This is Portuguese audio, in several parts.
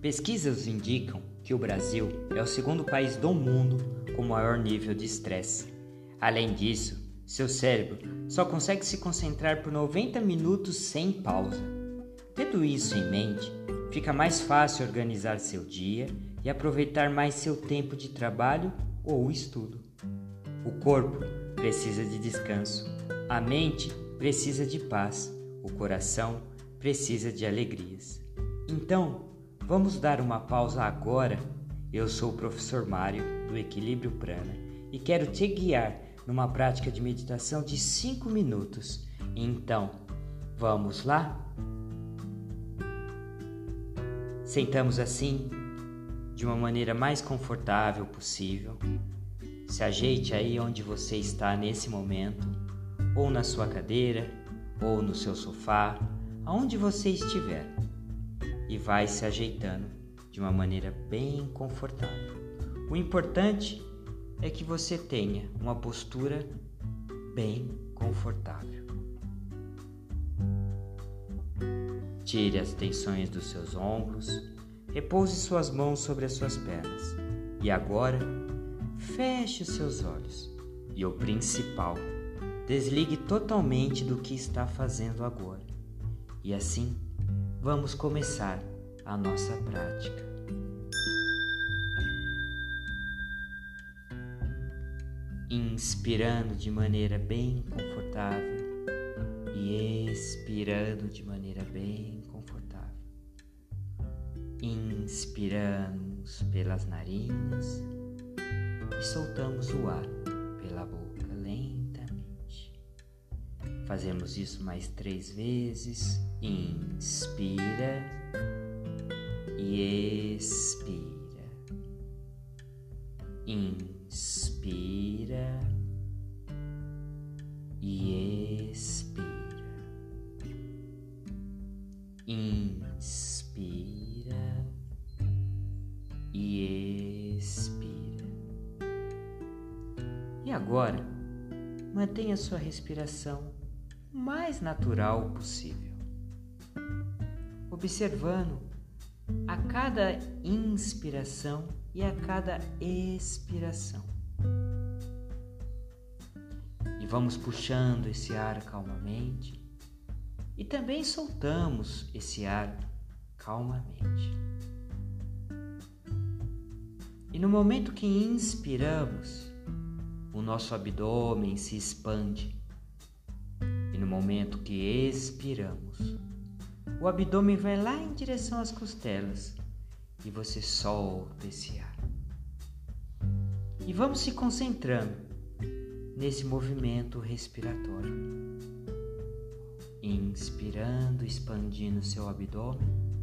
Pesquisas indicam que o Brasil é o segundo país do mundo com maior nível de estresse. Além disso, seu cérebro só consegue se concentrar por 90 minutos sem pausa. Tendo isso em mente, fica mais fácil organizar seu dia e aproveitar mais seu tempo de trabalho ou estudo. O corpo precisa de descanso, a mente precisa de paz, o coração precisa de alegrias. Então, vamos dar uma pausa agora. Eu sou o professor Mário, do Equilíbrio Prana, e quero te guiar numa prática de meditação de 5 minutos. Então, vamos lá? Sentamos assim, de uma maneira mais confortável possível. Se ajeite aí onde você está nesse momento, ou na sua cadeira, ou no seu sofá, aonde você estiver. E vai se ajeitando de uma maneira bem confortável. O importante é que você tenha uma postura bem confortável. Tire as tensões dos seus ombros, repouse suas mãos sobre as suas pernas. E agora, feche os seus olhos. E o principal, desligue totalmente do que está fazendo agora. E assim, vamos começar a nossa prática. Inspirando de maneira bem confortável e expirando de maneira bem confortável. Inspiramos pelas narinas e soltamos o ar pela boca lentamente. Fazemos isso mais 3 vezes. Inspira e expira. Inspira e expira. Inspira e expira. E agora, mantenha sua respiração o mais natural possível, observando a cada inspiração e a cada expiração. E vamos puxando esse ar calmamente e também soltamos esse ar calmamente. E no momento que inspiramos, o nosso abdômen se expande. E no momento que expiramos, o abdômen vai lá em direção às costelas e você solta esse ar. E vamos se concentrando nesse movimento respiratório. Inspirando, expandindo seu abdômen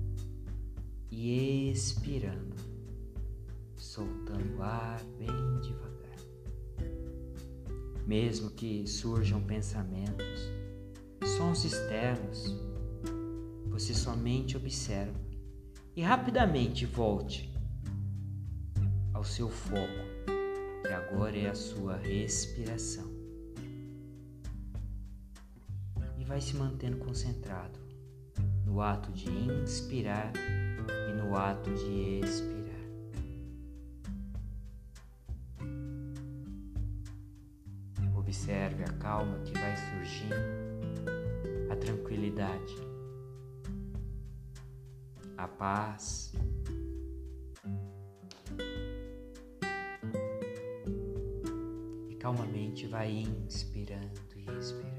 e expirando, soltando o ar bem devagar. Mesmo que surjam pensamentos, sons externos, você somente observa e rapidamente volte ao seu foco, que agora é a sua respiração. E vai se mantendo concentrado no ato de inspirar e no ato de expirar. Observe a calma que vai surgindo, a tranquilidade, a paz. E calmamente vai inspirando e expirando.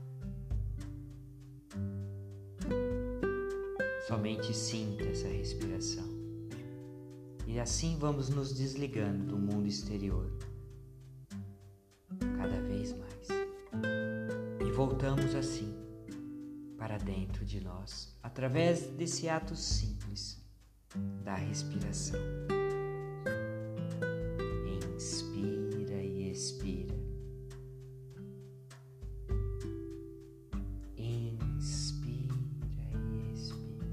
Somente sinta essa respiração. E assim vamos nos desligando do mundo exterior, cada vez mais. E voltamos assim para dentro de nós, através desse ato simples da respiração. Inspira e expira. Inspira e expira.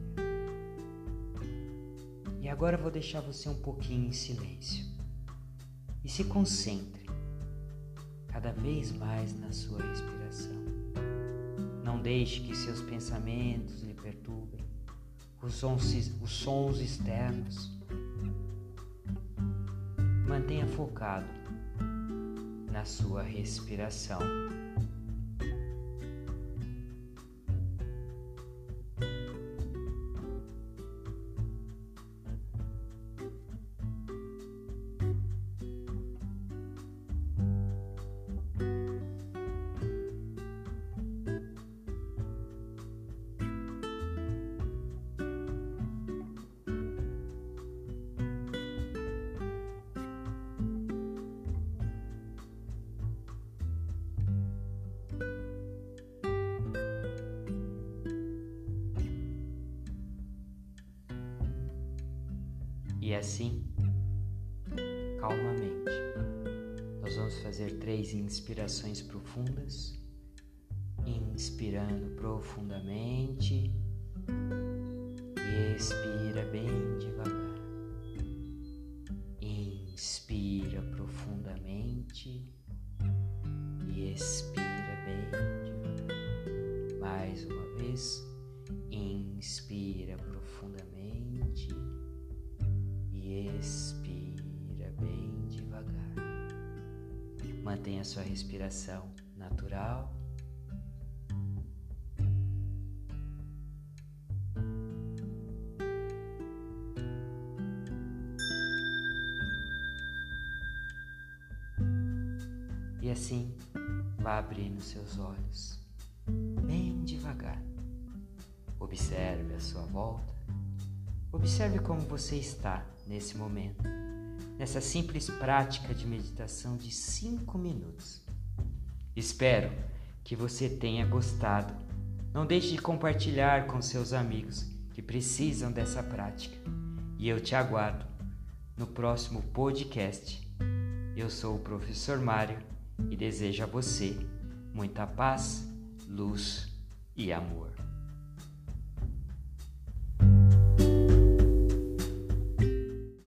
E agora eu vou deixar você um pouquinho em silêncio. E se concentre cada vez mais na sua respiração. Não deixe que seus pensamentos lhe perturbem. os sons externos. Mantenha focado na sua respiração. E assim, calmamente, nós vamos fazer 3 inspirações profundas, inspirando profundamente e expira bem devagar. Inspira profundamente e expira bem devagar. Mais uma vez, inspira profundamente e expira bem devagar. Mantenha sua respiração natural. E assim, vá abrindo seus olhos bem devagar. Observe a sua volta. Observe como você está nesse momento, nessa simples prática de meditação de 5 minutos. Espero que você tenha gostado. Não deixe de compartilhar com seus amigos que precisam dessa prática. E eu te aguardo no próximo podcast. Eu sou o Professor Mário e desejo a você muita paz, luz e amor.